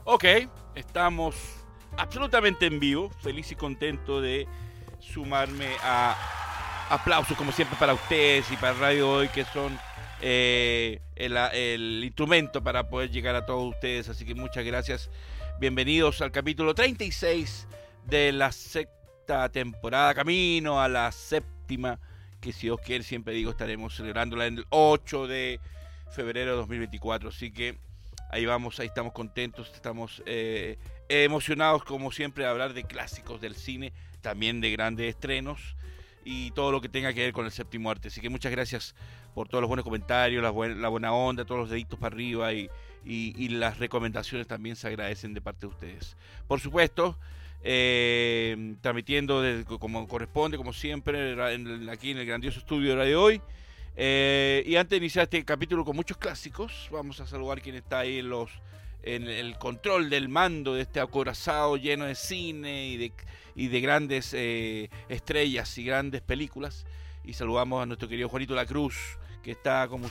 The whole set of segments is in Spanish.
Ok, estamos absolutamente en vivo, feliz y contento de sumarme a aplausos como siempre para ustedes y para Radio Hoy, que son el instrumento para poder llegar a todos ustedes, así que muchas gracias. Bienvenidos al capítulo 36 de la sexta temporada, camino a la séptima, que si Dios quiere, siempre digo, estaremos celebrándola en el 8 de febrero de 2024, así que ahí vamos, ahí estamos contentos, estamos emocionados como siempre de hablar de clásicos del cine, también de grandes estrenos y todo lo que tenga que ver con el séptimo arte. Así que muchas gracias por todos los buenos comentarios, la buena onda, todos los deditos para arriba y las recomendaciones también se agradecen de parte de ustedes. Por supuesto, transmitiendo como corresponde, como siempre, aquí en el grandioso estudio de Radio Hoy. Y antes de iniciar este capítulo con muchos clásicos, vamos a saludar quien está ahí en el control del mando de este acorazado lleno de cine y de grandes estrellas y grandes películas. Y saludamos a nuestro querido Juanito La Cruz, que está como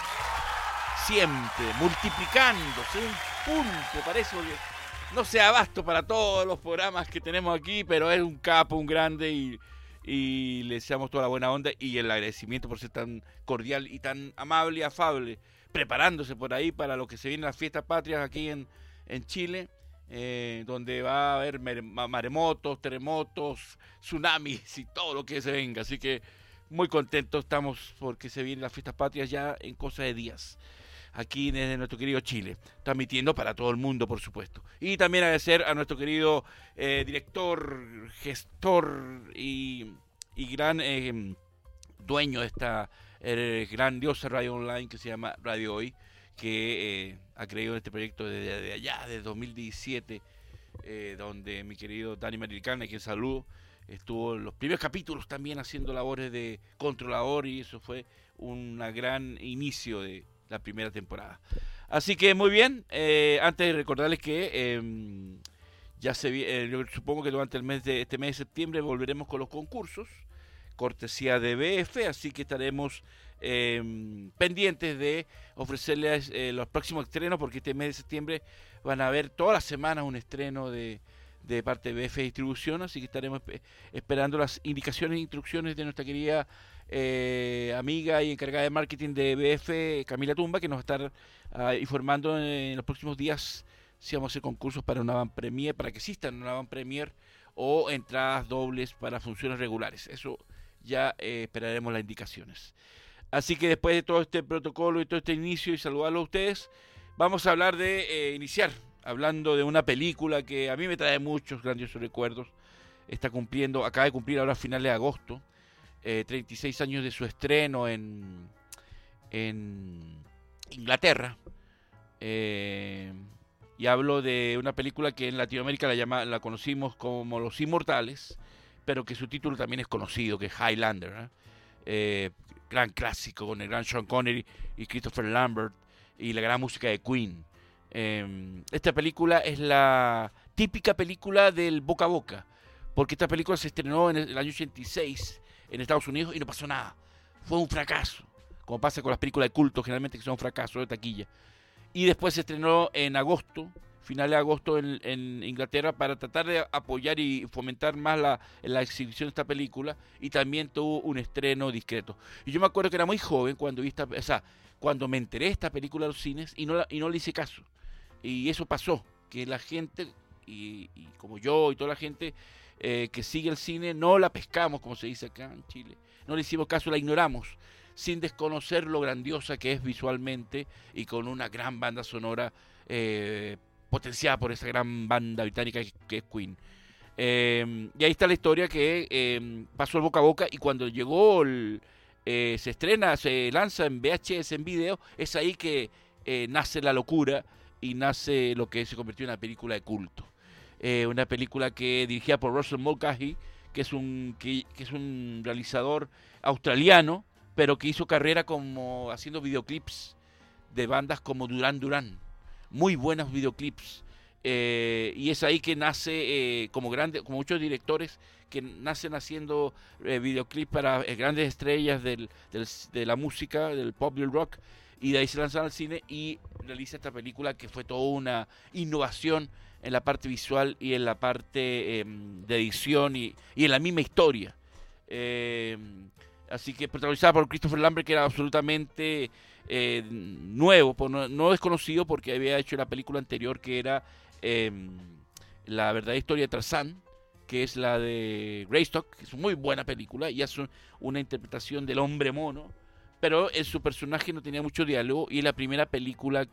siempre multiplicándose un punto, parece que no sea abasto para todos los programas que tenemos aquí, pero es un capo, un grande y le deseamos toda la buena onda y el agradecimiento por ser tan cordial y tan amable y afable, preparándose por ahí para lo que se viene las fiestas patrias aquí en Chile, donde va a haber maremotos, terremotos, tsunamis y todo lo que se venga. Así que muy contentos estamos porque se vienen las fiestas patrias ya en cosa de días, aquí desde nuestro querido Chile, transmitiendo para todo el mundo, por supuesto. Y también agradecer a nuestro querido director, gestor y gran dueño de esta grandiosa radio online que se llama Radio Hoy, que ha creído en este proyecto desde allá, desde 2017, donde mi querido Dani Mariricana, a quien saludo, estuvo en los primeros capítulos también haciendo labores de controlador y eso fue un gran inicio de la primera temporada. Así que muy bien, antes de recordarles que ya yo supongo que durante este mes de septiembre volveremos con los concursos, cortesía de BF, así que estaremos pendientes de ofrecerles los próximos estrenos, porque este mes de septiembre van a haber todas las semanas un estreno de parte de BF Distribución, así que estaremos esperando las indicaciones e instrucciones de nuestra querida amiga y encargada de marketing de BF, Camila Tumba, que nos va a estar informando en los próximos días si vamos a hacer concursos para una van premier, para que existan una van premier o entradas dobles para funciones regulares. Eso ya esperaremos las indicaciones. Así que después de todo este protocolo y todo este inicio y saludarlos a ustedes, vamos a hablar de iniciar hablando de una película que a mí me trae muchos grandiosos recuerdos. Acaba de cumplir ahora a finales de agosto, 36 años de su estreno en Inglaterra. Y hablo de una película que en Latinoamérica la conocimos como Los Inmortales, pero que su título también es conocido, que es Highlander, gran clásico con el gran Sean Connery y Christopher Lambert y la gran música de Queen. Esta película es la típica película del boca a boca, porque esta película se estrenó en el año 86 en Estados Unidos y no pasó nada. Fue un fracaso, como pasa con las películas de culto, generalmente que son fracasos de taquilla. Y después se estrenó en agosto, finales de agosto en Inglaterra, para tratar de apoyar y fomentar más la exhibición de esta película, y también tuvo un estreno discreto. Y yo me acuerdo que era muy joven cuando cuando me enteré de esta película a los cines y no le hice caso. Y eso pasó, que la gente, y como yo y toda la gente que sigue el cine, no la pescamos, como se dice acá en Chile. No le hicimos caso, la ignoramos, sin desconocer lo grandiosa que es visualmente y con una gran banda sonora potenciada por esa gran banda británica que es Queen. Y ahí está la historia que pasó el boca a boca, y cuando llegó se lanza en VHS, en video, es ahí que nace la locura y nace lo que se convirtió en una película de culto. Una película dirigida por Russell Mulcahy, que es un realizador australiano, pero que hizo carrera como haciendo videoclips de bandas como Duran Duran. Muy buenos videoclips. Y es ahí que nace, como muchos directores que nacen haciendo videoclips para grandes estrellas de la música, del pop y el rock. y de ahí se lanzaron al cine y realiza esta película que fue toda una innovación en la parte visual y en la parte de edición y en la misma historia. Eh, Así que protagonizada por Christopher Lambert, que era absolutamente nuevo, no desconocido, porque había hecho la película anterior que era eh, La verdadera historia de Tarzán, que es la de Greystock, que es una muy buena película y hace una interpretación del hombre mono, pero su personaje no tenía mucho diálogo y es la primera película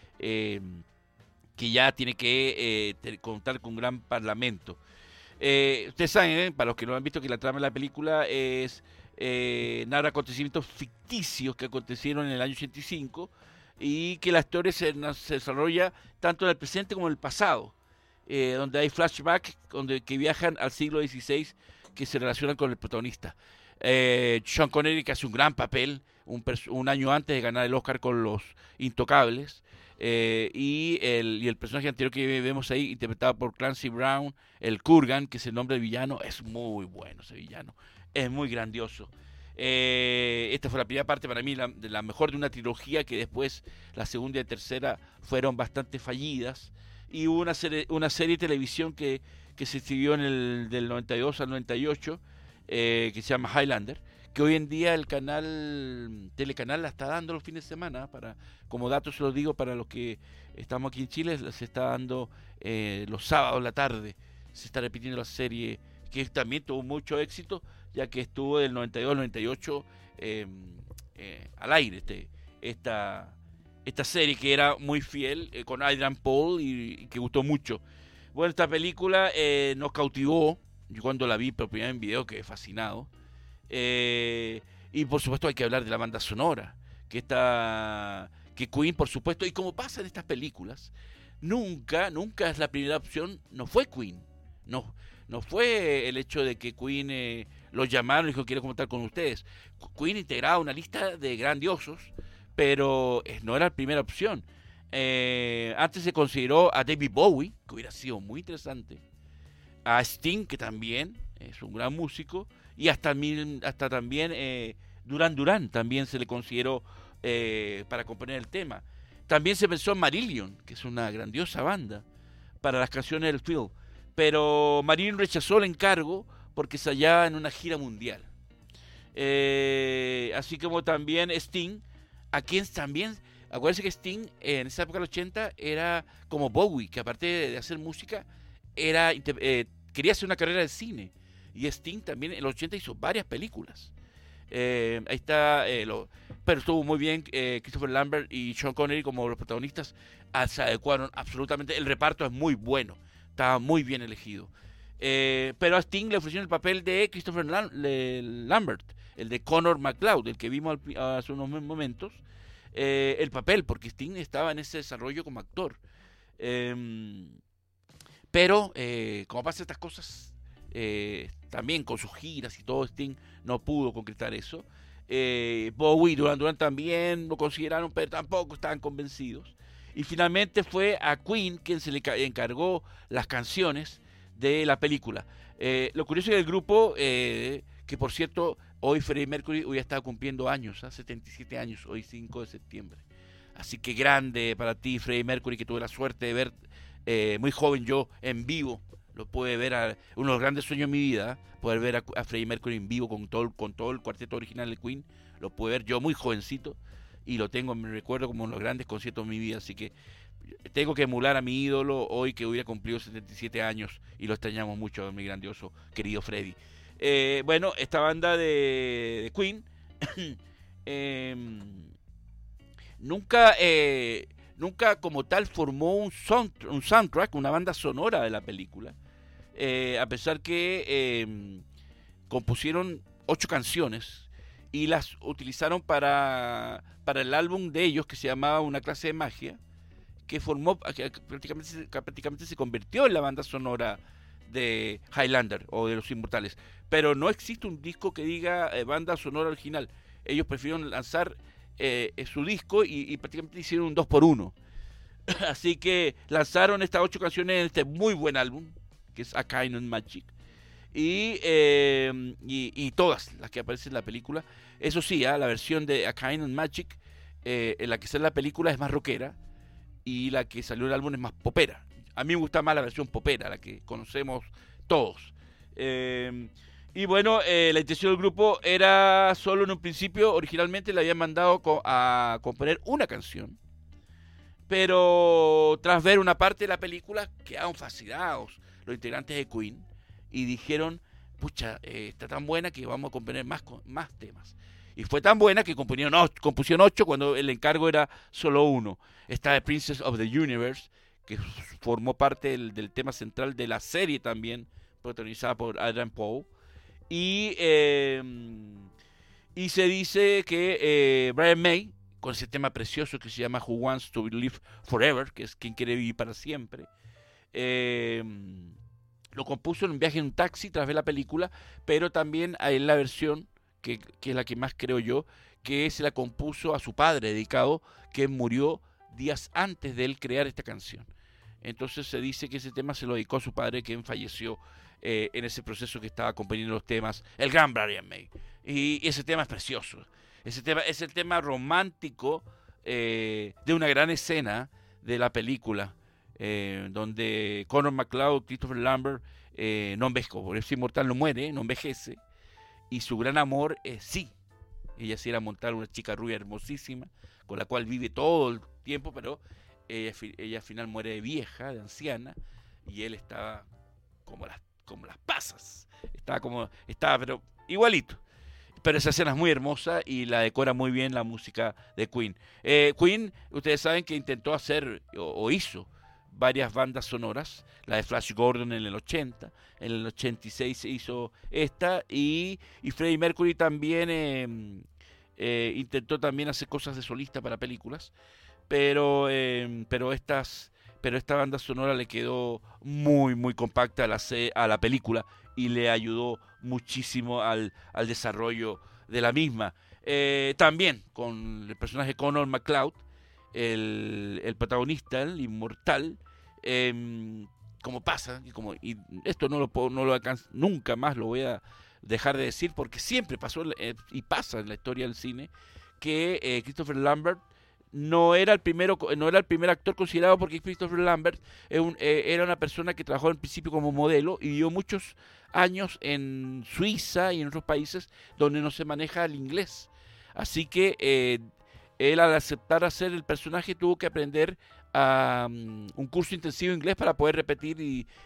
que ya tiene que contar con un gran parlamento. Ustedes saben, para los que no han visto, que la trama de la película es narra acontecimientos ficticios que acontecieron en el año 85 y que la historia se desarrolla tanto en el presente como en el pasado, donde hay flashbacks que viajan al siglo XVI que se relacionan con el protagonista. Sean Connery, que hace un gran papel un año antes de ganar el Oscar con Los Intocables, y el personaje anterior que vemos ahí, interpretado por Clancy Brown, el Kurgan, que es el nombre del villano, es muy bueno ese villano, es muy grandioso. Esta fue la primera parte para mí, la mejor de una trilogía, que después la segunda y la tercera fueron bastante fallidas, y hubo una serie de televisión que se siguió del 92 al 98, que se llama Highlander, que hoy en día el Telecanal la está dando los fines de semana, como dato se lo digo para los que estamos aquí en Chile, se está dando los sábados en la tarde, se está repitiendo la serie, que también tuvo mucho éxito, ya que estuvo del 92 al 98 al aire esta serie, que era muy fiel, con Adrian Paul, y que gustó mucho. Bueno, esta película nos cautivó. Yo cuando la vi por primera vez en video quedé fascinado. Y por supuesto hay que hablar de la banda sonora, que Queen, por supuesto, y como pasa en estas películas, nunca es la primera opción, no fue Queen, no fue el hecho de que Queen los llamaron y dijo quiero comentar con ustedes. Queen integraba una lista de grandiosos, pero no era la primera opción. Antes se consideró a David Bowie, que hubiera sido muy interesante, a Sting, que también es un gran músico, y hasta también Duran Duran también se le consideró para componer el tema. También se pensó en Marillion, que es una grandiosa banda, para las canciones del film, pero Marillion rechazó el encargo porque se hallaba en una gira mundial. Así como también Sting, a quien también, acuérdense que Sting en esa época del 80 era como Bowie, que aparte de hacer música, quería hacer una carrera de cine. Y Sting también en los 80 hizo varias películas. Ahí está, pero estuvo muy bien Christopher Lambert y Sean Connery como los protagonistas, se adecuaron absolutamente, el reparto es muy bueno, estaba muy bien elegido. Pero a Sting le ofrecieron el papel de Christopher Lambert, el de Connor MacLeod, el que vimos hace unos momentos, el papel, porque Sting estaba en ese desarrollo como actor. Pero, como pasa estas cosas, también con sus giras y todo, Sting no pudo concretar eso. Bowie y Duran Duran también lo consideraron, pero tampoco estaban convencidos. Y finalmente fue a Queen quien se le encargó las canciones de la película. Lo curioso es que el grupo, que por cierto, hoy Freddie Mercury hubiera estado cumpliendo años, 77 años, hoy 5 de septiembre. Así que grande para ti, Freddie Mercury, que tuve la suerte de ver muy joven yo en vivo. Lo pude ver, uno de los grandes sueños de mi vida, poder ver a Freddie Mercury en vivo con todo el cuarteto original de Queen. Lo pude ver yo muy jovencito y lo tengo en mi recuerdo como uno de los grandes conciertos de mi vida. Así que tengo que emular a mi ídolo hoy, que hubiera cumplido 77 años, y lo extrañamos mucho, mi grandioso querido Freddie. Bueno, esta banda de Queen nunca como tal formó un soundtrack, una banda sonora de la película, a pesar que compusieron 8 canciones y las utilizaron para el álbum de ellos, que se llamaba Una clase de magia, que prácticamente se convirtió en la banda sonora de Highlander o de Los Inmortales. Pero no existe un disco que diga banda sonora original. Ellos prefirieron lanzar su disco y prácticamente hicieron un 2x1. Así que lanzaron estas 8 canciones en este muy buen álbum, que es A Kind of Magic, y todas las que aparecen en la película. Eso sí, la versión de A Kind of Magic en la que sale la película es más rockera y la que salió el álbum es más popera. A mí me gusta más la versión popera, la que conocemos todos. Y bueno, la intención del grupo era solo en un principio, originalmente le habían mandado a componer una canción, pero tras ver una parte de la película quedaron fascinados los integrantes de Queen y dijeron, pucha, está tan buena que vamos a componer más temas. Y fue tan buena que compusieron 8 cuando el encargo era solo uno. Está The Princess of the Universe, que formó parte del tema central de la serie también, protagonizada por Adam Poe. Y se dice que Brian May, con ese tema precioso que se llama Who Wants to Live Forever, que es quien quiere vivir para siempre, lo compuso en un viaje en un taxi tras ver la película, pero también hay la versión, que es la que más creo yo, que se la compuso a su padre dedicado, que murió días antes de él crear esta canción. Entonces se dice que ese tema se lo dedicó a su padre, quien falleció en ese proceso que estaba componiendo los temas, el gran Brian May. Y ese tema es precioso. Ese tema es el tema romántico de una gran escena de la película, donde Connor MacLeod, Christopher Lambert, no envejece, por eso inmortal no muere, no envejece, y su gran amor sí. Ella sí era montar una chica rubia hermosísima, con la cual vive todo el tiempo, pero ella al final muere de vieja, de anciana, y él estaba como las pasas. Estaba pero igualito. Pero esa escena es muy hermosa y la decora muy bien la música de Queen. Queen, ustedes saben que intentó hacer o hizo varias bandas sonoras, la de Flash Gordon en el 80, en el 86 se hizo esta, y Freddie Mercury también intentó también hacer cosas de solista para películas, pero esta banda sonora le quedó muy muy compacta a la película y le ayudó muchísimo al desarrollo de la misma. También con el personaje Connor MacLeod, el protagonista, el inmortal, como pasa, y esto no lo alcanzo, nunca más lo voy a dejar de decir, porque siempre pasó y pasa en la historia del cine, que Christopher Lambert no era el primer actor considerado, porque Christopher Lambert era una persona que trabajó al principio como modelo y vivió muchos años en Suiza y en otros países donde no se maneja el inglés. Así que él, al aceptar hacer el personaje, tuvo que aprender un curso intensivo de inglés para poder repetir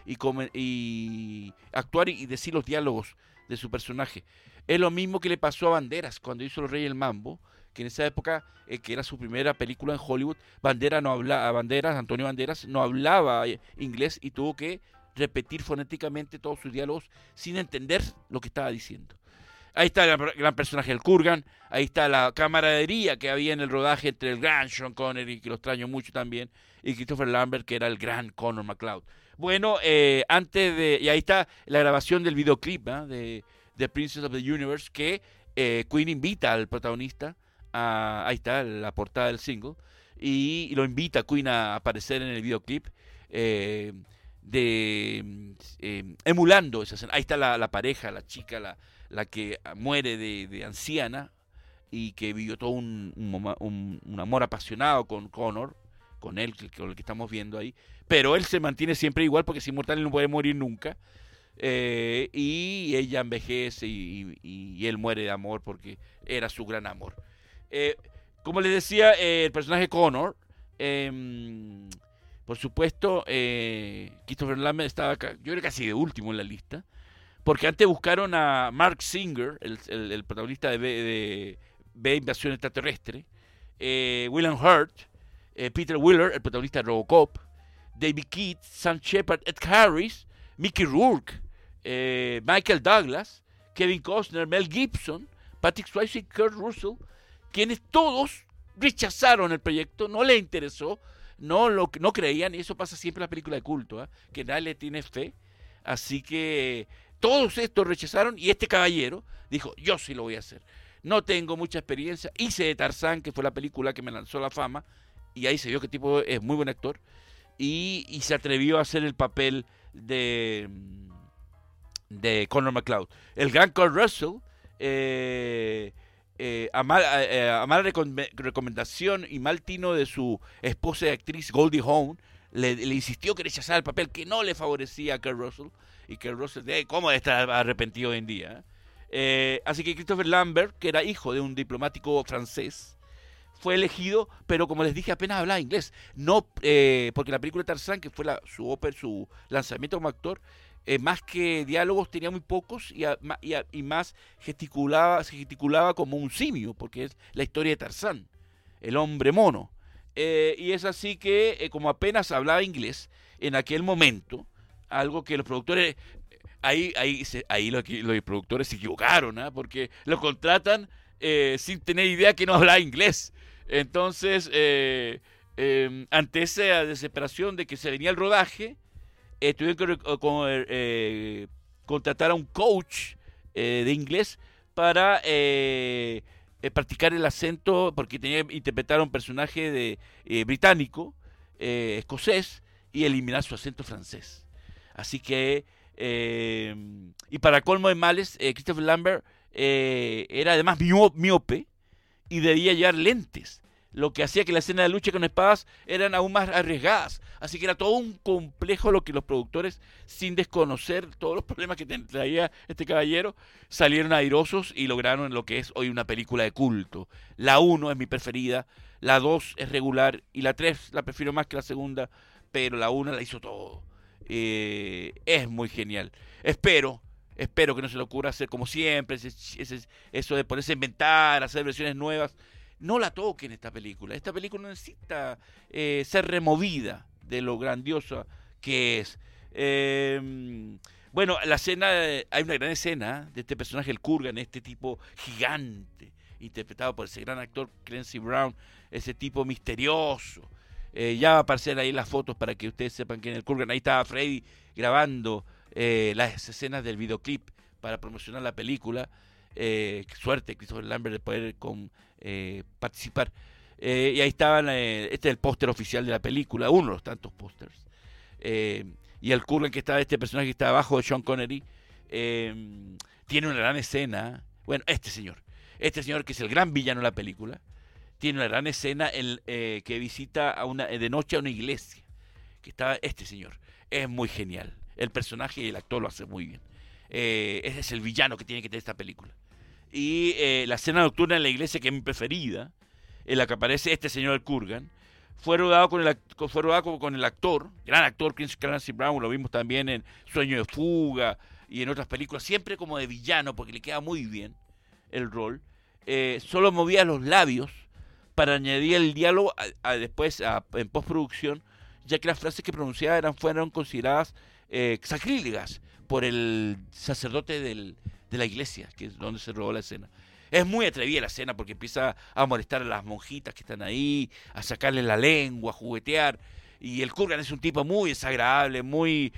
y actuar y decir los diálogos de su personaje. Es lo mismo que le pasó a Banderas cuando hizo Los Reyes del Mambo, que en esa época, que era su primera película en Hollywood, Antonio Banderas no hablaba inglés y tuvo que repetir fonéticamente todos sus diálogos sin entender lo que estaba diciendo. Ahí está el gran personaje del Kurgan, ahí está la camaradería que había en el rodaje entre el gran Sean Connery, que lo extraño mucho también, y Christopher Lambert, que era el gran Connor MacLeod. Bueno, y ahí está la grabación del videoclip de The Princess of the Universe, que Queen invita al protagonista, ahí está la portada del single, y lo invita a Queen a aparecer en el videoclip, emulando esa escena. Ahí está la pareja, la chica, la que muere de anciana y que vivió todo un amor apasionado con Connor, con él, con el que estamos viendo ahí, pero él se mantiene siempre igual porque es inmortal y no puede morir nunca, y ella envejece y él muere de amor porque era su gran amor. Como les decía, el personaje Connor, por supuesto, Christopher Lambert estaba, yo creo, casi de último en la lista, porque antes buscaron a Mark Singer, el protagonista de B Invasión Extraterrestre, William Hurt, Peter Weller, el protagonista de Robocop, David Keats, Sam Shepard, Ed Harris, Mickey Rourke, Michael Douglas, Kevin Costner, Mel Gibson, Patrick Swayze y Kurt Russell, quienes todos rechazaron el proyecto, no les interesó, no creían, y eso pasa siempre en la película de culto, que nadie le tiene fe. Así que todos estos rechazaron y este caballero dijo, yo sí lo voy a hacer. No tengo mucha experiencia, hice de Tarzán, que fue la película que me lanzó a la fama, y ahí se vio que el tipo es muy buen actor, y se atrevió a hacer el papel de Connor MacLeod. El gran Kurt Russell a mala recomendación y mal tino de su esposa y actriz Goldie Hawn, le insistió que rechazara el papel que no le favorecía a Kurt Russell, y Kurt Russell, ¿cómo debe estar arrepentido hoy en día? Así que Christopher Lambert, que era hijo de un diplomático francés, fue elegido, pero como les dije, apenas hablaba inglés. No, porque la película de Tarzán, que fue su lanzamiento como actor, más que diálogos tenía muy pocos y más se gesticulaba como un simio, porque es la historia de Tarzán, el hombre mono. Y es así que, como apenas hablaba inglés en aquel momento, algo que los productores, ahí los productores se equivocaron, ¿eh? Porque lo contratan sin tener idea que no hablaba inglés. Entonces, ante esa desesperación de que se venía el rodaje, tuvieron que contratar a un coach de inglés para practicar el acento, porque tenía que interpretar a un personaje británico, escocés, y eliminar su acento francés. Así que, y para colmo de males, Christopher Lambert era además miope y debía llevar lentes, lo que hacía que la escena de lucha con espadas eran aún más arriesgadas. Así que era todo un complejo lo que los productores, sin desconocer todos los problemas que traía este caballero, salieron airosos y lograron lo que es hoy una película de culto. La 1 es mi preferida, la 2 es regular y la 3 la prefiero más que la segunda, pero la 1 la hizo todo. Es muy genial. Espero que no se le ocurra hacer como siempre, eso de ponerse a inventar, hacer versiones nuevas. No la toquen esta película. Esta película no necesita ser removida de lo grandiosa que es. Bueno, hay una gran escena de este personaje, el Kurgan, este tipo gigante, interpretado por ese gran actor Clancy Brown, ese tipo misterioso. Ya va a aparecer ahí las fotos para que ustedes sepan quién es el Kurgan. Ahí estaba Freddy grabando las escenas del videoclip para promocionar la película. Suerte Christopher Lambert de poder participar. Y ahí estaban, este es el póster oficial de la película, uno de los tantos pósters. Y el Kurgan, que está, este personaje que está abajo de Sean Connery, tiene una gran escena. Bueno, este señor que es el gran villano de la película, tiene una gran escena que visita de noche a una iglesia. Que está este señor. Es muy genial. El personaje y el actor lo hace muy bien. Ese es el villano que tiene que tener esta película. Y la escena nocturna en la iglesia, que es mi preferida, en la que aparece este señor el Kurgan, fue rodado con el actor, gran actor Clancy Brown. Lo vimos también en Sueño de Fuga y en otras películas, siempre como de villano, porque le queda muy bien el rol. Solo movía los labios para añadir el diálogo después en postproducción, ya que las frases que pronunciaba fueron consideradas sacrílegas por el sacerdote de la iglesia, que es donde se rodó la escena. Es muy atrevida la escena porque empieza a molestar a las monjitas que están ahí, a sacarle la lengua, a juguetear. Y el Kurgan es un tipo muy desagradable, muy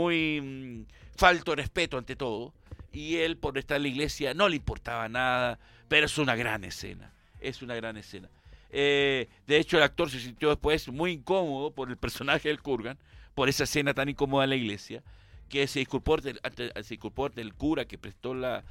falto de respeto ante todo. Y él, por estar en la iglesia, no le importaba nada, pero es una gran escena. Es una gran escena. De hecho, el actor se sintió después muy incómodo por el personaje del Kurgan, por esa escena tan incómoda en la iglesia, que se disculpó del cura que prestó la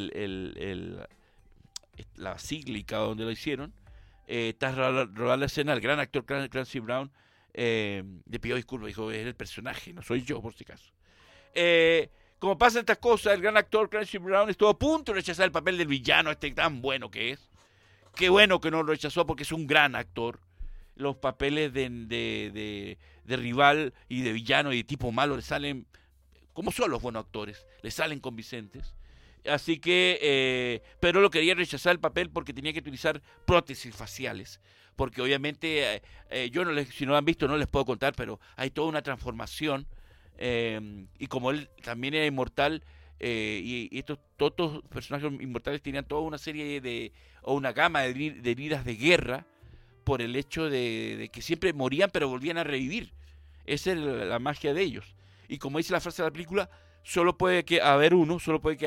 basílica donde lo hicieron. Tras rodar la escena, el gran actor Clancy Brown le pidió disculpas, dijo, es el personaje, no soy yo, por si acaso. Como pasan estas cosas, el gran actor Clancy Brown estuvo a punto de rechazar el papel del villano tan bueno que es. Qué bueno que no lo rechazó porque es un gran actor. Los papeles de rival y de villano y de tipo malo le salen, como son los buenos actores, le salen convincentes. Así que, pero lo quería rechazar el papel porque tenía que utilizar prótesis faciales. Porque obviamente, si no lo han visto, no les puedo contar, pero hay toda una transformación. Y como él también era inmortal, y todos personajes inmortales tenían toda una serie o una gama de heridas de guerra por el hecho de que siempre morían pero volvían a revivir. Esa es la magia de ellos. Y como dice la frase de la película, solo puede quedar uno,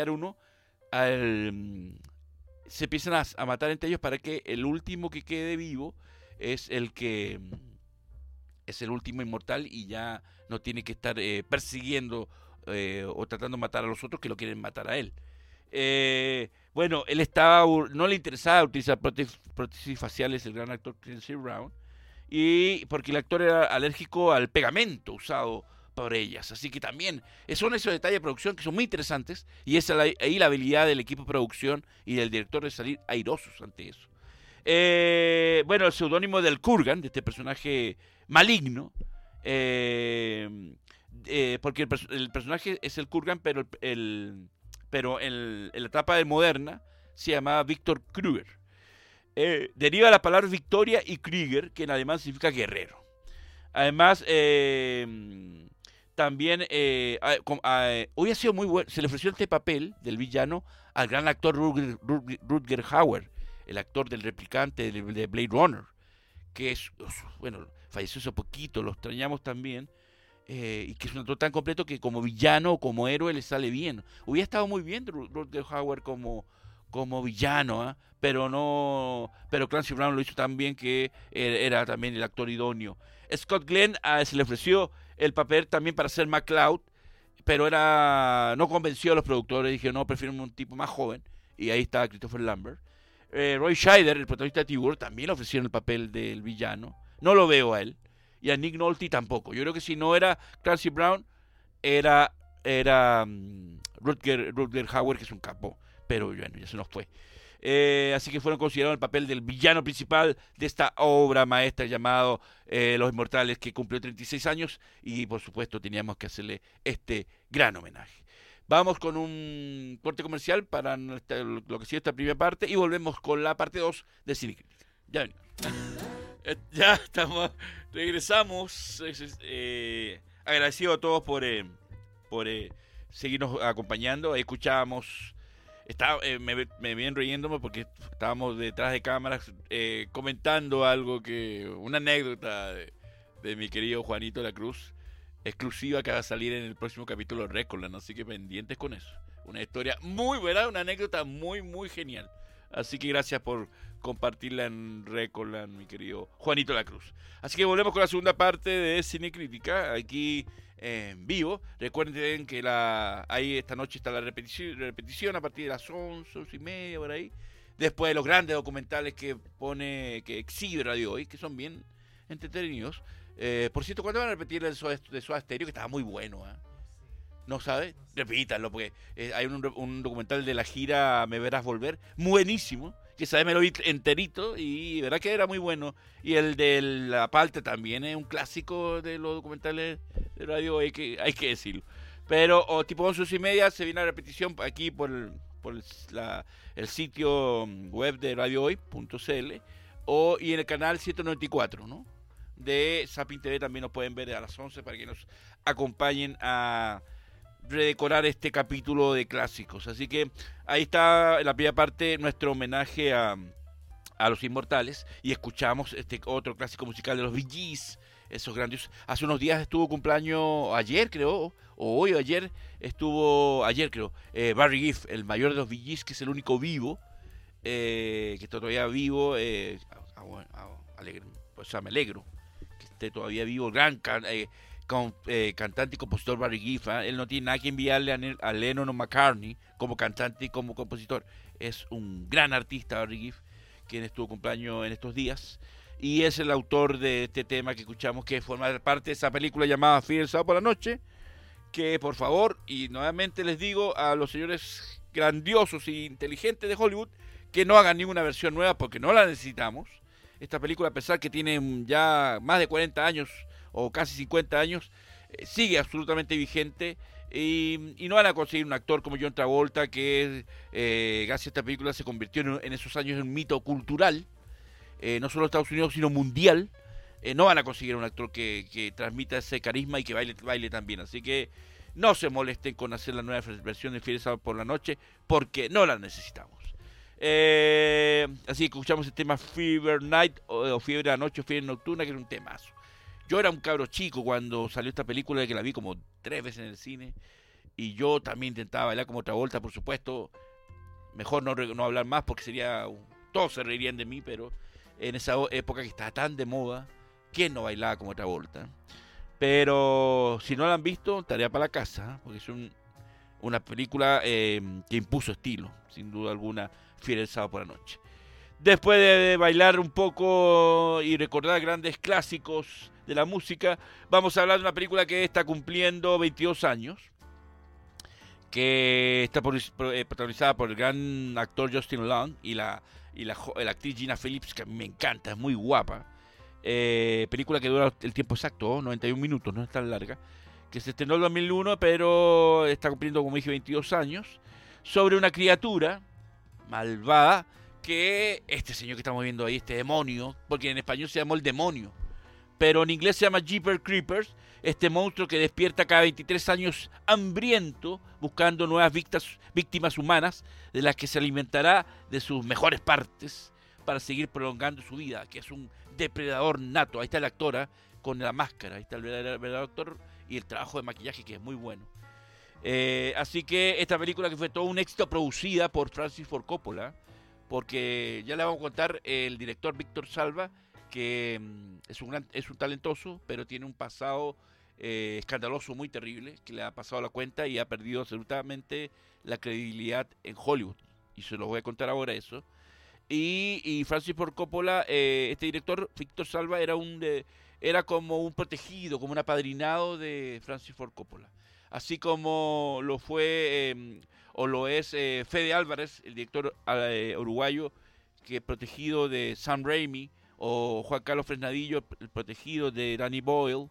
se empiezan a matar entre ellos para que el último que quede vivo es el último inmortal y ya no tiene que estar persiguiendo o tratando de matar a los otros que lo quieren matar a él. Bueno, no le interesaba utilizar prótesis faciales el gran actor Clancy Brown, y porque el actor era alérgico al pegamento usado por ellas. Así que también son esos detalles de producción que son muy interesantes, y esa ahí la habilidad del equipo de producción y del director de salir airosos ante eso. Bueno, el seudónimo del Kurgan, de este personaje maligno, porque el personaje es el Kurgan, pero en la etapa de moderna se llamaba Víctor Kruger. Deriva de la palabra victoria y Krieger, que en alemán significa guerrero. Además, también hoy ha sido muy bueno. Se le ofreció este papel del villano al gran actor Rutger Hauer, el actor del replicante de Blade Runner, que es, bueno, falleció hace poquito, lo extrañamos también, y que es un actor tan completo que como villano o como héroe le sale bien. Hubiera estado muy bien Rutger Hauer como villano, ¿eh? Pero Clancy Brown lo hizo tan bien que era también el actor idóneo. Scott Glenn se le ofreció el papel también para ser MacLeod, pero no convenció a los productores, dijeron no, prefieren un tipo más joven, y ahí está Christopher Lambert. Roy Scheider, el protagonista de T-Bird, también le ofrecieron el papel del villano, no lo veo a él, y a Nick Nolte tampoco. Yo creo que si no era Clancy Brown, era Rutger Hauer, que es un capo, pero bueno, ya se nos fue. Así que fueron considerados el papel del villano principal de esta obra maestra llamado Los Inmortales, que cumplió 36 años, y por supuesto teníamos que hacerle este gran homenaje. Vamos con un corte comercial para lo que sigue esta primera parte, y volvemos con la parte 2 de Cinecrítica. Ya venimos. Ya estamos, regresamos. Agradecido a todos por seguirnos acompañando. Escuchábamos, me vienen riéndome porque estábamos detrás de cámaras comentando una anécdota de mi querido Juanito La Cruz, exclusiva, que va a salir en el próximo capítulo de Recordland, así que pendientes con eso. Una historia muy buena, una anécdota muy, muy genial. Así que gracias por compartirla en Recordland, mi querido Juanito La Cruz. Así que volvemos con la segunda parte de Cinecrítica, aquí en vivo. Recuerden que ahí esta noche está la repetición a partir de las 11:30 por ahí. Después de los grandes documentales que exhibe Radio Hoy, que son bien entretenidos. Por cierto, ¿cuándo van a repetir el de Soda Stereo? Que estaba muy bueno, ¿eh? ¿No sabe? Repítanlo, porque hay un documental de la gira Me Verás Volver, buenísimo, que sabes, me lo vi enterito y verdad que era muy bueno. Y el de La Palta también es un clásico de los documentales de radio, hay que decirlo. Pero tipo 11:30 se viene la repetición aquí por el sitio web de radiohoy.cl y en el canal 194, ¿no? De Sapin TV también nos pueden ver a las 11 para que nos acompañen a redecorar este capítulo de clásicos. Así que ahí está en la primera parte nuestro homenaje a los Inmortales, y escuchamos este otro clásico musical de los Bee Gees, esos grandes. Hace unos días estuvo cumpleaños, ayer creo, o hoy o ayer, Barry Gibb, el mayor de los Bee Gees, que es el único vivo, que está todavía vivo. Me alegro que esté todavía vivo, el gran cantante y compositor Barry Gibb. Él no tiene nada que enviarle a Lennon o McCartney como cantante y como compositor. Es un gran artista Barry Gibb, quien estuvo cumpleaños en estos días, y es el autor de este tema que escuchamos, que forma parte de esa película llamada Fear el sábado por la noche, que por favor, y nuevamente les digo a los señores grandiosos e inteligentes de Hollywood, que no hagan ninguna versión nueva porque no la necesitamos. Esta película, a pesar que tiene ya más de 40 años o casi 50 años, sigue absolutamente vigente, y no van a conseguir un actor como John Travolta, que gracias a esta película se convirtió en esos años en un mito cultural, no solo en Estados Unidos sino mundial. No van a conseguir un actor que transmita ese carisma y que baile tan bien. Así que no se molesten con hacer la nueva versión de Fiebre Sábado por la Noche, porque no la necesitamos. Así que escuchamos el tema Fever Night, o Fiebre de la Noche, o Fiebre Nocturna, que es un temazo. Yo era un cabro chico cuando salió esta película, que la vi como 3 veces en el cine, y yo también intentaba bailar como Travolta, por supuesto. Mejor no hablar más porque todos se reirían de mí, pero en esa época que estaba tan de moda, ¿quién no bailaba como Travolta? Pero si no la han visto, tarea para la casa, porque Una película que impuso estilo, sin duda alguna, Fiel el sábado por la noche. Después de bailar un poco y recordar grandes clásicos de la música, vamos a hablar de una película que está cumpliendo 22 años, que está protagonizada por el gran actor Justin Long y la actriz Gina Phillips, que a mí me encanta, es muy guapa. Película que dura el tiempo exacto, 91 minutos, no es tan larga, que se estrenó en 2001, pero está cumpliendo, como dije, 22 años, sobre una criatura malvada que este señor que estamos viendo ahí, este demonio, porque en español se llamó el demonio, pero en inglés se llama Jeepers Creepers, este monstruo que despierta cada 23 años hambriento, buscando nuevas víctimas humanas, de las que se alimentará de sus mejores partes para seguir prolongando su vida, que es un depredador nato. Ahí está la actora con la máscara, ahí está el verdadero actor y el trabajo de maquillaje que es muy bueno. Así que esta película, que fue todo un éxito, producida por Francis Ford Coppola, porque ya le vamos a contar, el director Víctor Salva, que es un talentoso, pero tiene un pasado escandaloso muy terrible, que le ha pasado la cuenta y ha perdido absolutamente la credibilidad en Hollywood. Y se lo voy a contar ahora eso. Y Francis Ford Coppola, este director, Víctor Salva, era como un protegido, como un apadrinado de Francis Ford Coppola. Así como lo fue o lo es Fede Álvarez, el director uruguayo, que es protegido de Sam Raimi, o Juan Carlos Fresnadillo, el protegido de Danny Boyle.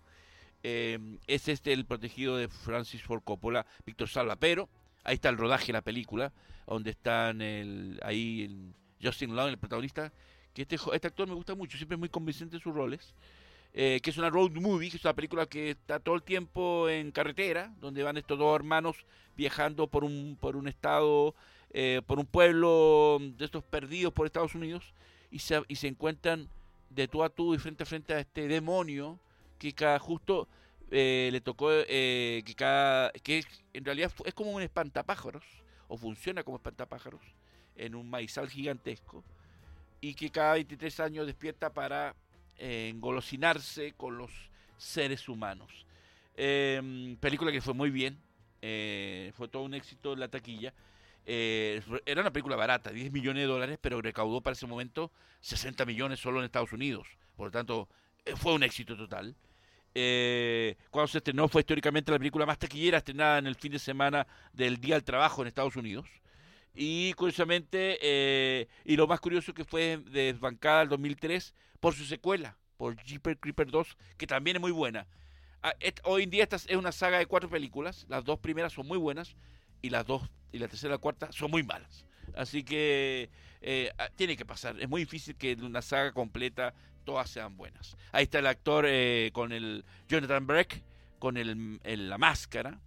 Es el protegido de Francis Ford Coppola, Víctor Salva. Pero ahí está el rodaje de la película, donde están Justin Long, el protagonista, que este actor me gusta mucho, siempre es muy convincente en sus roles. Que es una road movie, que es una película que está todo el tiempo en carretera, donde van estos dos hermanos viajando por un estado, por un pueblo de estos perdidos por Estados Unidos, y se encuentran de tú a tú y frente a frente a este demonio que le tocó, que en realidad es como un espantapájaros, o funciona como espantapájaros, en un maizal gigantesco, y que cada 23 años despierta para engolosinarse con los seres humanos. Película que fue muy bien, fue todo un éxito en la taquilla. Era una película barata, 10 millones de dólares, pero recaudó para ese momento 60 millones solo en Estados Unidos. Por lo tanto, fue un éxito total. Cuando se estrenó, fue históricamente la película más taquillera estrenada en el fin de semana del Día del Trabajo en Estados Unidos. Y curiosamente, y lo más curioso, que fue desbancada el 2003 por su secuela, por Jeepers Creepers 2, que también es muy buena. Hoy en día esta es una saga de 4 películas, las 2 primeras son muy buenas, y la tercera y la cuarta son muy malas. Así que tiene que pasar, es muy difícil que en una saga completa todas sean buenas. Ahí está el actor con el Jonathan Breck, con la máscara,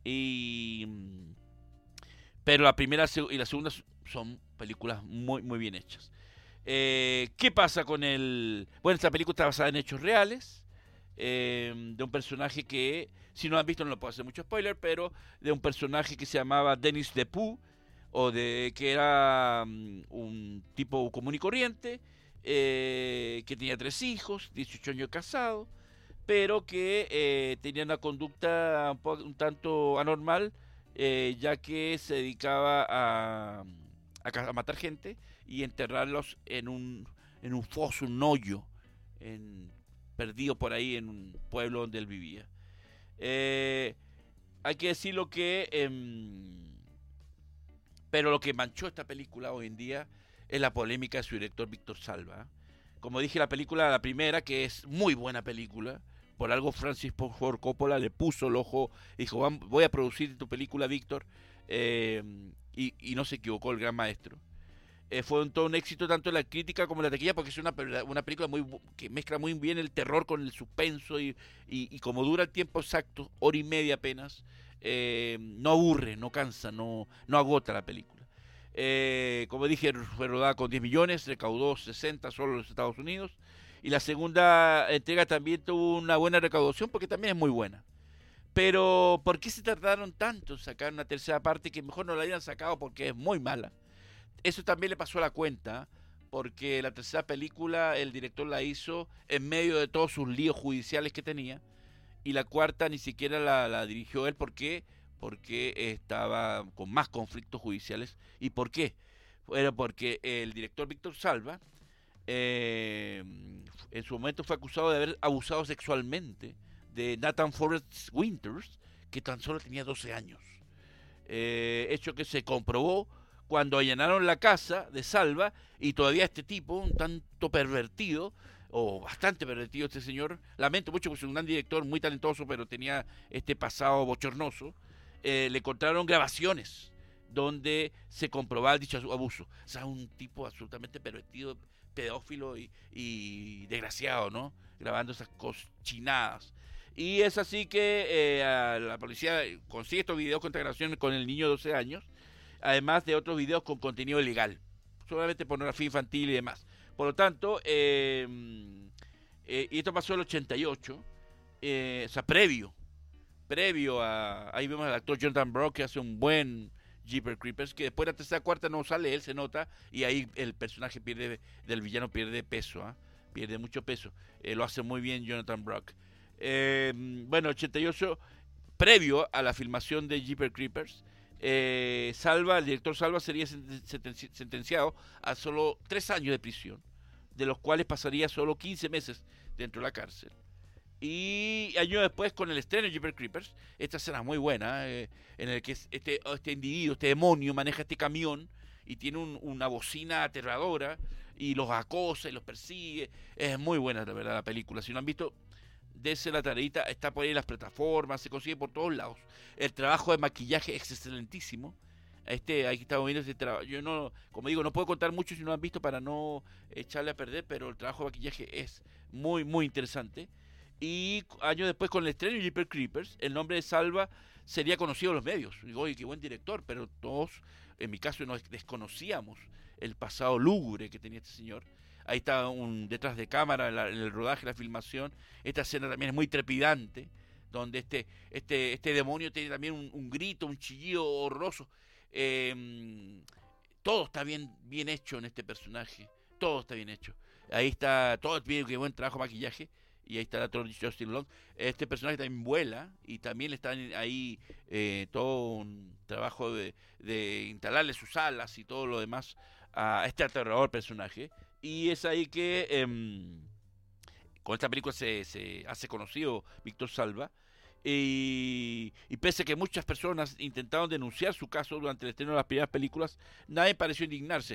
pero la primera y la segunda son películas muy, muy bien hechas. ¿Qué pasa con Bueno, esta película está basada en hechos reales, de un personaje que, si no lo han visto, no lo puedo hacer mucho spoiler, pero de un personaje que se llamaba Denis Depoux, que era un tipo común y corriente, que tenía 3 hijos, 18 años casado, pero que tenía una conducta un tanto anormal, ya que se dedicaba a matar gente y enterrarlos en un foso, un hoyo, perdido por ahí en un pueblo donde él vivía. Hay que decirlo que... pero lo que manchó esta película hoy en día es la polémica de su director Víctor Salva. Como dije, la primera, que es muy buena película, por algo Francis Ford Coppola le puso el ojo, dijo: voy a producir tu película, Víctor, y no se equivocó el gran maestro. Fue todo un éxito tanto en la crítica como en la taquilla, porque es una película que mezcla muy bien el terror con el suspenso, y como dura el tiempo exacto, hora y media apenas, no aburre, no cansa, no agota la película. Como dije, fue rodada con 10 millones, recaudó 60 solo en los Estados Unidos, y la segunda entrega también tuvo una buena recaudación, porque también es muy buena. Pero ¿por qué se tardaron tanto en sacar una tercera parte, que mejor no la hayan sacado porque es muy mala? Eso también le pasó a la cuenta, porque la tercera película el director la hizo en medio de todos sus líos judiciales que tenía, y la cuarta ni siquiera la dirigió él. ¿Por qué? porque estaba con más conflictos judiciales. ¿Y por qué? Era porque el director Víctor Salva eh, en su momento fue acusado de haber abusado sexualmente de Nathan Forrest Winters, que tan solo tenía 12 años. Hecho que se comprobó cuando allanaron la casa de Salva y todavía este tipo, un tanto pervertido, o bastante pervertido este señor, lamento mucho porque es un gran director, muy talentoso, pero tenía este pasado bochornoso, le encontraron grabaciones donde se comprobaba dicho abuso. O sea, un tipo absolutamente pervertido, pedófilo y desgraciado, ¿no? Grabando esas cochinadas. Y es así que la policía consigue estos videos con grabaciones con el niño de 12 años, además de otros videos con contenido ilegal, solamente pornografía infantil y demás. Por lo tanto, y esto pasó en el 88, o sea, previo a, ahí vemos al actor Jonathan Brock que hace un buen Jeepers Creepers, que después de la tercera cuarta no sale él, se nota, y ahí el personaje del villano pierde peso, ¿eh? Pierde mucho peso. Lo hace muy bien Jonathan Brock. Bueno, 88, previo a la filmación de Jeepers Creepers, el director Salva sería sentenciado a solo 3 años de prisión, de los cuales pasaría solo 15 meses dentro de la cárcel. Y años después, con el estreno de Jeepers Creepers, esta escena muy buena, en el que este individuo, este demonio, maneja este camión y tiene una bocina aterradora y los acosa y los persigue. Es muy buena, la verdad, la película. Si no han visto, dése la tareita, está por ahí en las plataformas, se consigue por todos lados. El trabajo de maquillaje es excelentísimo. Aquí estamos viendo este trabajo. Yo no, como digo, no puedo contar mucho si no lo han visto para no echarle a perder, pero el trabajo de maquillaje es muy, muy interesante. Y años después, con el estreno de Jeepers Creepers, el nombre de Salva sería conocido en los medios. Digo, oye, qué buen director, pero todos, en mi caso, no desconocíamos el pasado lúgubre que tenía este señor. Ahí está detrás de cámara en el rodaje, la filmación. Esta escena también es muy trepidante, donde este demonio tiene también un grito, un chillido horroroso. Todo está bien hecho en este personaje. Todo está bien hecho. Ahí está, todo bien, qué buen trabajo de maquillaje. Y ahí está el actor Justin Long. Este personaje también vuela y también le están ahí todo un trabajo de instalarle sus alas y todo lo demás a este aterrador personaje. Y es ahí que con esta película se hace conocido Víctor Salva. Y pese a que muchas personas intentaron denunciar su caso durante el estreno de las primeras películas, nadie pareció indignarse.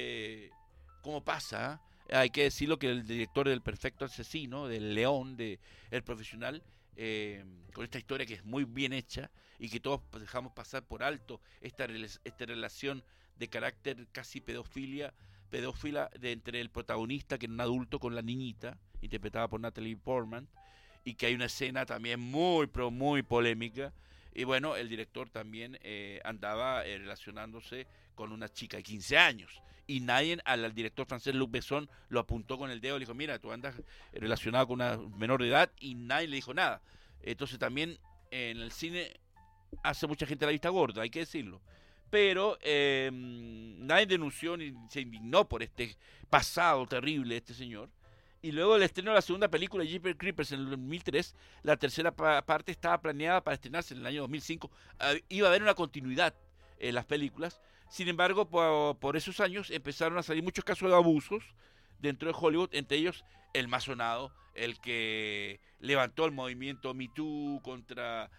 ¿Cómo pasa? Hay que decirlo que el director del Perfecto Asesino, del León, de El Profesional, con esta historia que es muy bien hecha y que todos dejamos pasar por alto esta relación de carácter casi pedófila entre el protagonista, que era un adulto, con la niñita, interpretada por Natalie Portman, y que hay una escena también muy, pero muy polémica. Y bueno, el director también andaba relacionándose con una chica de 15 años. Y nadie al director francés Luc Besson lo apuntó con el dedo, le dijo, mira, tú andas relacionado con una menor de edad, y nadie le dijo nada. Entonces también en el cine hace mucha gente la vista gorda, hay que decirlo. Pero nadie denunció ni se indignó por este pasado terrible de este señor. Y luego del estreno de la segunda película, Jeepers Creepers, en el 2003, la tercera parte estaba planeada para estrenarse en el año 2005. Iba a haber una continuidad en las películas. Sin embargo, por esos años empezaron a salir muchos casos de abusos dentro de Hollywood, entre ellos el más sonado, el que levantó el movimiento Me Too contra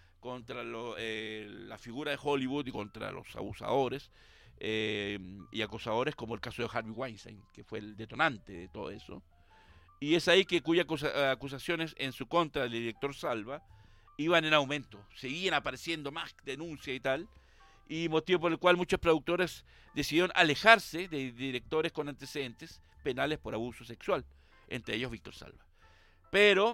la figura de Hollywood y contra los abusadores y acosadores, como el caso de Harvey Weinstein, que fue el detonante de todo eso. Y es ahí que cuyas acusaciones en su contra del director Salva iban en aumento, seguían apareciendo más denuncias y tal, y motivo por el cual muchos productores decidieron alejarse de directores con antecedentes penales por abuso sexual, entre ellos Víctor Salva. Pero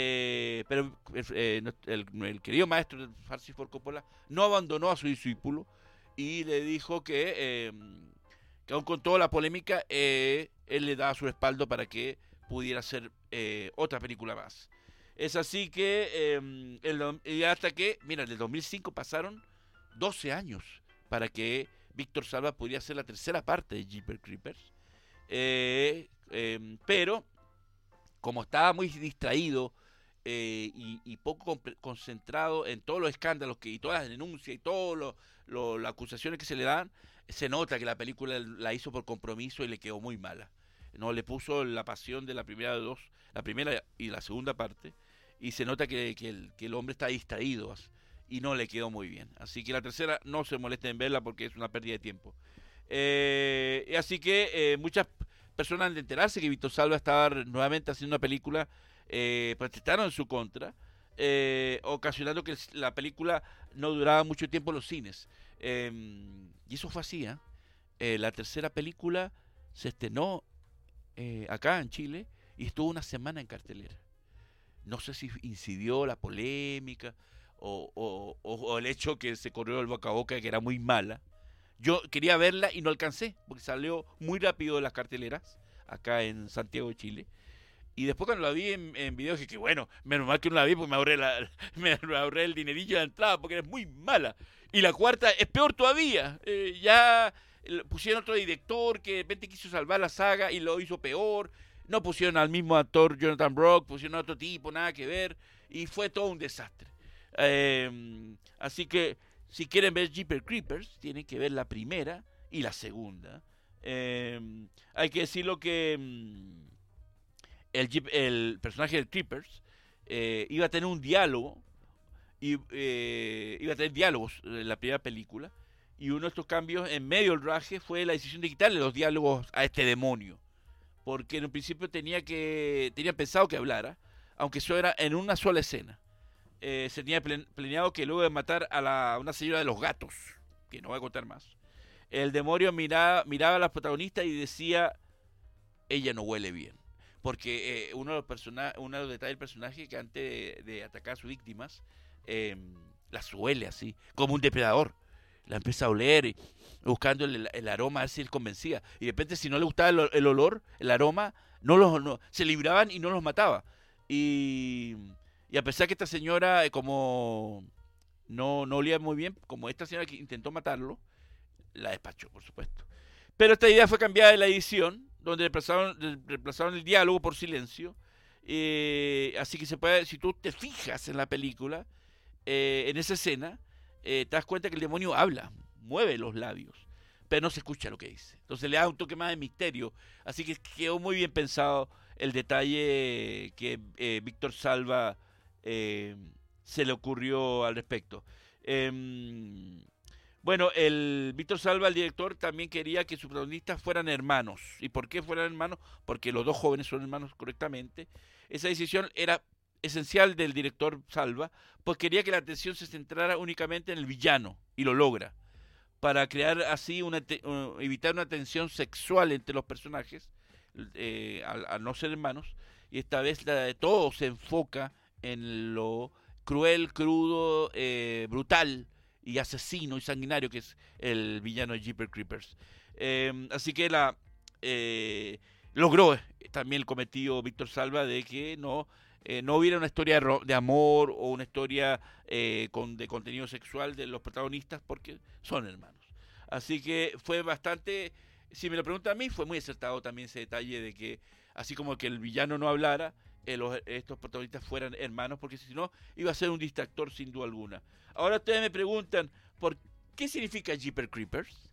el querido maestro Francis Ford Coppola no abandonó a su discípulo y le dijo que aun con toda la polémica, él le daba su respaldo para que pudiera hacer otra película más. Es así que hasta que, mira, del 2005 pasaron 12 años para que Víctor Salva pudiera hacer la tercera parte de Jeepers Creepers. Pero como estaba muy distraído y poco concentrado en todos los escándalos y todas las denuncias y todas las acusaciones que se le dan, se nota que la película la hizo por compromiso y le quedó muy mala. No le puso la pasión de la primera y la segunda parte, y se nota que el hombre está distraído y no le quedó muy bien. Así que la tercera no se molesten en verla porque es una pérdida de tiempo. Así que muchas personas, al enterarse que Víctor Salva estaba nuevamente haciendo una película, protestaron en su contra, ocasionando que la película no duraba mucho tiempo en los cines. Y eso fue así. La tercera película se estrenó acá en Chile y estuvo una semana en cartelera. No sé si incidió la polémica o el hecho que se corrió el boca a boca que era muy mala. Yo quería verla y no alcancé, porque salió muy rápido de las carteleras, acá en Santiago de Chile. Y después cuando la vi en video dije que bueno, menos mal que no la vi porque me ahorré el dinerillo de entrada porque era muy mala. Y la cuarta es peor todavía. Ya pusieron otro director que de repente quiso salvar la saga y lo hizo peor. No pusieron al mismo actor Jonathan Brock, pusieron a otro tipo, nada que ver. Y fue todo un desastre. Así que si quieren ver Jeepers Creepers, tienen que ver la primera y la segunda. Hay que decirlo que el personaje del Creepers iba a tener un diálogo, iba a tener diálogos en la primera película, y uno de estos cambios en medio del rodaje fue la decisión de quitarle los diálogos a este demonio, porque en un principio tenía pensado que hablara, aunque eso era en una sola escena. Se tenía planeado que luego de matar a una señora de los gatos, que no voy a contar más, el demonio miraba a la protagonista y decía: ella no huele bien. Porque uno de los detalles del personaje, que antes de atacar a sus víctimas, las huele así, como un depredador. La empieza a oler y buscando el aroma, a ver si él convencía. Y de repente, si no le gustaba el olor, el aroma, se libraban y no los mataba. Y a pesar que esta señora, como no olía muy bien, como esta señora que intentó matarlo, la despachó, por supuesto. Pero esta idea fue cambiada en la edición, donde reemplazaron el diálogo por silencio. Así que si tú te fijas en la película, en esa escena, te das cuenta que el demonio habla, mueve los labios, pero no se escucha lo que dice. Entonces le da un toque más de misterio. Así que quedó muy bien pensado el detalle que Víctor Salva se le ocurrió al respecto. Bueno, el Víctor Salva, el director, también quería que sus protagonistas fueran hermanos. ¿Y por qué fueran hermanos? Porque los dos jóvenes son hermanos correctamente. Esa decisión era esencial del director Salva, pues quería que la atención se centrara únicamente en el villano, y lo logra, para crear así evitar una tensión sexual entre los personajes, al no ser hermanos, y esta vez todo se enfoca en lo cruel, crudo, brutal y asesino y sanguinario que es el villano de Jeepers Creepers. Así que logró también el cometido Víctor Salva de que no hubiera una historia de amor o una historia de contenido sexual de los protagonistas, porque son hermanos. Así que fue bastante, si me lo preguntan a mí, fue muy acertado también ese detalle de que, así como que el villano no hablara, estos protagonistas fueran hermanos, porque si no, iba a ser un distractor sin duda alguna. Ahora ustedes me preguntan, ¿por qué significa Jeepers Creepers?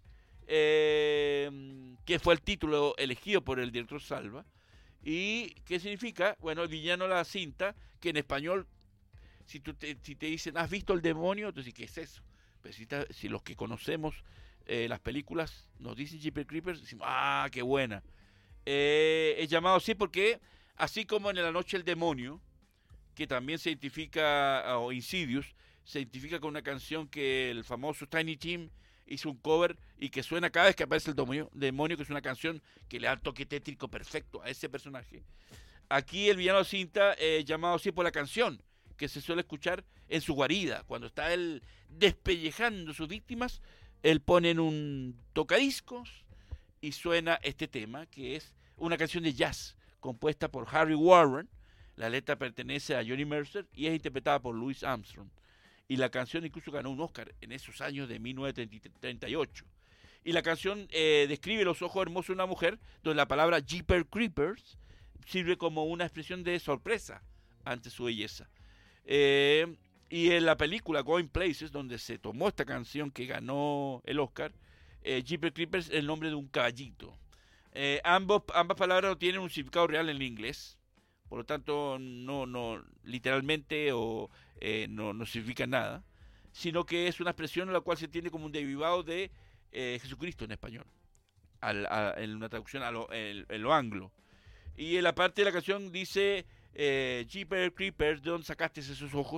Que fue el título elegido por el director Salva. ¿Y qué significa? Bueno, el villano de la cinta, que en español, si te dicen, ¿has visto el demonio? Entonces, ¿qué es eso? Pero si los que conocemos las películas nos dicen Jeepers Creepers, decimos, ¡ah, qué buena! Es llamado así porque, así como en La Noche del Demonio, que también se identifica, o Insidious, se identifica con una canción que el famoso Tiny Tim hizo un cover y que suena cada vez que aparece el demonio, que es una canción que le da el toque tétrico perfecto a ese personaje. Aquí el villano cinta es llamado así por la canción que se suele escuchar en su guarida. Cuando está él despellejando sus víctimas, él pone en un tocadiscos y suena este tema, que es una canción de jazz compuesta por Harry Warren. La letra pertenece a Johnny Mercer y es interpretada por Louis Armstrong. Y la canción incluso ganó un Oscar en esos años de 1938. Y la canción describe los ojos hermosos de una mujer, donde la palabra Jeepers Creepers sirve como una expresión de sorpresa ante su belleza. Eh, y en la película Going Places, donde se tomó esta canción que ganó el Oscar, Jeepers Creepers es el nombre de un caballito. Ambas palabras no tienen un significado real en el inglés, por lo tanto no literalmente o no significa nada, sino que es una expresión en la cual se entiende como un derivado de Jesucristo en español, en una traducción en lo anglo. Y en la parte de la canción dice Jeepers Creepers, ¿de dónde sacaste esos ojos?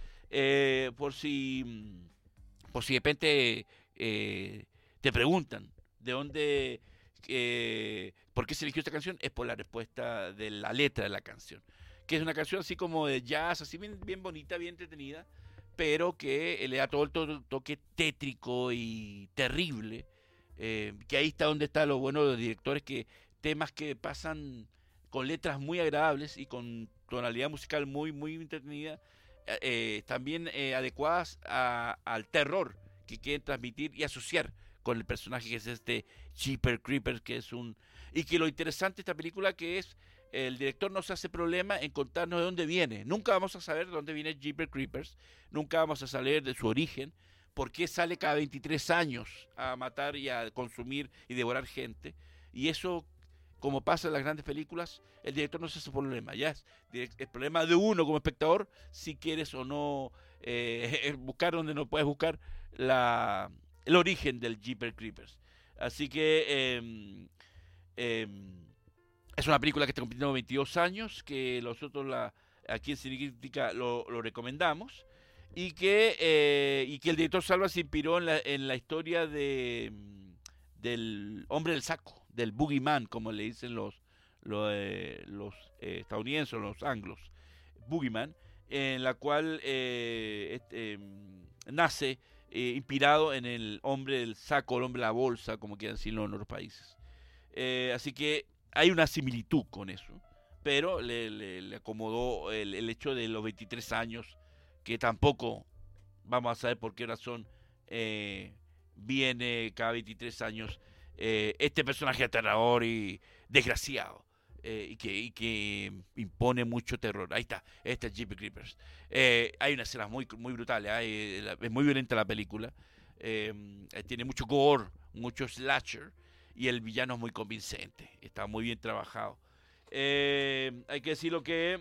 Por si de repente te preguntan de dónde, por qué se eligió esta canción, es por la respuesta de la letra de la canción, que es una canción así como de jazz, así bien bonita, bien entretenida, pero que le da todo el toque tétrico y terrible, que ahí está donde está lo bueno de los directores, que temas que pasan con letras muy agradables y con tonalidad musical muy entretenida, también adecuadas al terror que quieren transmitir y asociar con el personaje que es este Jeepers Creepers, que es un... Y que lo interesante de esta película que es, el director no se hace problema en contarnos de dónde viene. Nunca vamos a saber de dónde viene Jeepers Creepers, nunca vamos a saber de su origen, por qué sale cada 23 años a matar y a consumir y devorar gente. Y eso, como pasa en las grandes películas, el director no se hace problema. Ya es el problema de uno como espectador, si quieres o no buscar donde no puedes buscar el origen del Jeepers Creepers. Así que es una película que está cumpliendo 22 años, que nosotros aquí en Cinecrítica lo recomendamos, y que el director Salva se inspiró en la historia del hombre del saco, del boogeyman, como le dicen los estadounidenses, los anglos, boogeyman, en la cual nace inspirado en el hombre del saco, el hombre de la bolsa, como quieran decirlo en otros países. Así que hay una similitud con eso, pero le acomodó el hecho de los 23 años, que tampoco vamos a saber por qué razón viene cada 23 años este personaje aterrador y desgraciado. Y que impone mucho terror. Ahí está, este es Jeepers Creepers. Hay unas escenas muy brutales, es muy violenta la película. Tiene mucho gore, mucho slasher, y el villano es muy convincente, está muy bien trabajado. Hay que decirlo que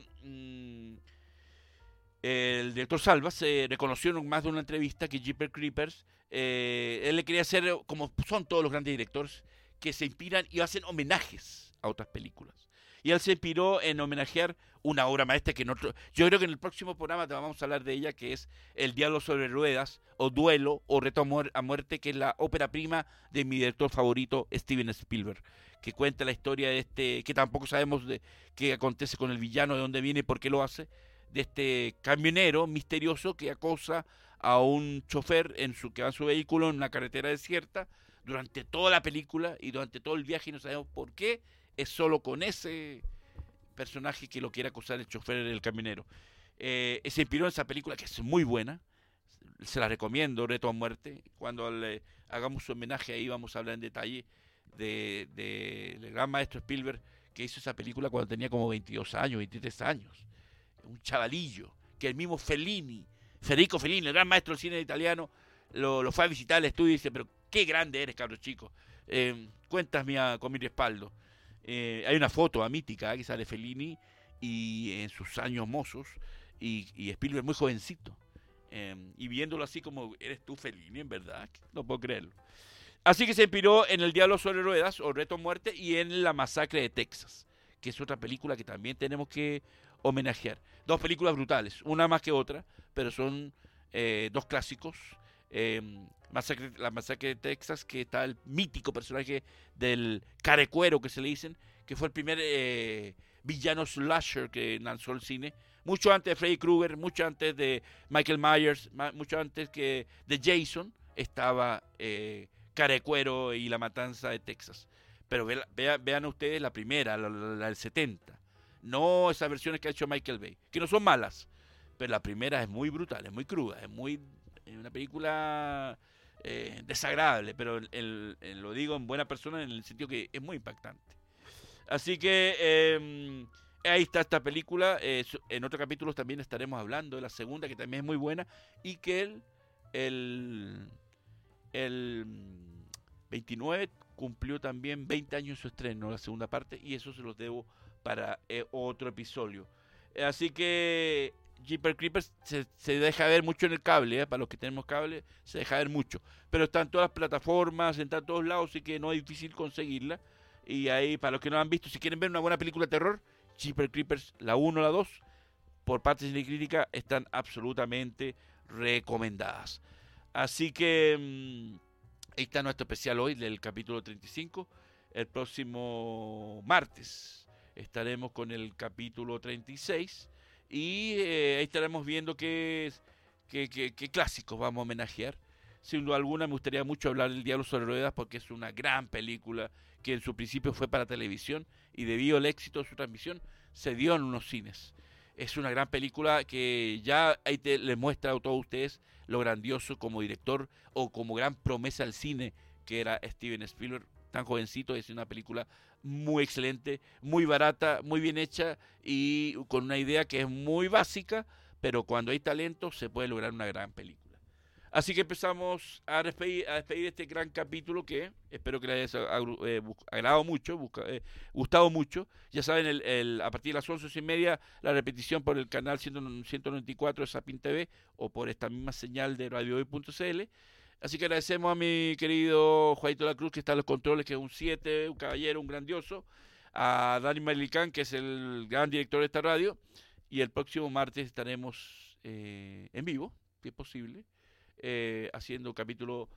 el director Salva se reconoció en más de una entrevista que Jeepers Creepers, él le quería hacer, como son todos los grandes directores, que se inspiran y hacen homenajes a otras películas. Y él se inspiró en homenajear una obra maestra que yo creo que en el próximo programa te vamos a hablar de ella, que es El Diablo sobre Ruedas, o Duelo, o Reto a Muerte, que es la ópera prima de mi director favorito, Steven Spielberg, que cuenta la historia de que tampoco sabemos de qué acontece con el villano, de dónde viene y por qué lo hace, de este camionero misterioso que acosa a un chofer que va en su vehículo en una carretera desierta durante toda la película y durante todo el viaje, y no sabemos por qué. Es solo con ese personaje que lo quiere acusar el chofer, el camionero. Se inspiró en esa película, que es muy buena, se la recomiendo, Reto a Muerte. Cuando le hagamos su homenaje ahí vamos a hablar en detalle del gran maestro Spielberg, que hizo esa película cuando tenía como 22 años, 23 años. Un chavalillo, que el mismo Federico Fellini, el gran maestro del cine italiano, lo fue a visitar al estudio y dice: pero qué grande eres, cabro chico. Cuentas con mi respaldo. Hay una foto mítica que sale Fellini y en sus años mozos, y Spielberg muy jovencito, y viéndolo así como: eres tú, Fellini, en verdad, no puedo creerlo. Así que se inspiró en El Diablo sobre Ruedas, o Reto a Muerte, y en La Masacre de Texas, que es otra película que también tenemos que homenajear. Dos películas brutales, una más que otra, pero son dos clásicos. La Masacre de Texas, que está el mítico personaje del carecuero, que se le dicen, que fue el primer villano slasher que lanzó el cine, mucho antes de Freddy Krueger, mucho antes de Michael Myers, mucho antes que de Jason, estaba Carecuero y La Matanza de Texas. Pero vean ustedes la primera, la del 70, no esas versiones que ha hecho Michael Bay, que no son malas, pero la primera es muy brutal, es muy cruda, es una película desagradable, pero lo digo en buena persona, en el sentido que es muy impactante. Así que ahí está esta película. En otros capítulos también estaremos hablando de la segunda, que también es muy buena, y que el 29 cumplió también 20 años su estreno, la segunda parte, y eso se los debo para otro episodio. Así que Jeepers Creepers se deja ver mucho en el cable, para los que tenemos cable, se deja ver mucho. Pero está en todas las plataformas, está en todos lados, así que no es difícil conseguirla. Y ahí, para los que no la han visto, si quieren ver una buena película de terror, Jeepers Creepers, la 1 o la 2, por parte de Cine Crítica, están absolutamente recomendadas. Así que ahí está nuestro especial hoy del capítulo 35. El próximo martes estaremos con el capítulo 36 y ahí estaremos viendo qué clásicos vamos a homenajear. Sin duda alguna me gustaría mucho hablar del Diablo sobre Ruedas porque es una gran película que en su principio fue para televisión y debido al éxito de su transmisión se dio en unos cines. Es una gran película que ya ahí les muestra a todos ustedes lo grandioso como director o como gran promesa al cine que era Steven Spielberg, tan jovencito. Es una película muy excelente, muy barata, muy bien hecha y con una idea que es muy básica, pero cuando hay talento se puede lograr una gran película. Así que empezamos a despedir este gran capítulo que espero que les haya agradado mucho, gustado mucho. Ya saben, a partir de las 11:30 la repetición por el canal 194 de Sapin TV o por esta misma señal de radiohoy.cl. Así que agradecemos a mi querido Juanito de la Cruz, que está en los controles, que es un 7, un caballero, un grandioso. A Dani Malicán, que es el gran director de esta radio. Y el próximo martes estaremos en vivo, si es posible. Haciendo capítulo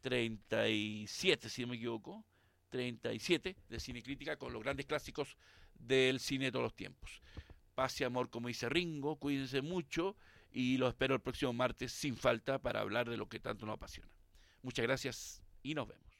37, si no me equivoco, 37 de Cine Crítica con los grandes clásicos del cine de todos los tiempos. Paz y amor, como dice Ringo, cuídense mucho y los espero el próximo martes sin falta para hablar de lo que tanto nos apasiona. Muchas gracias y nos vemos.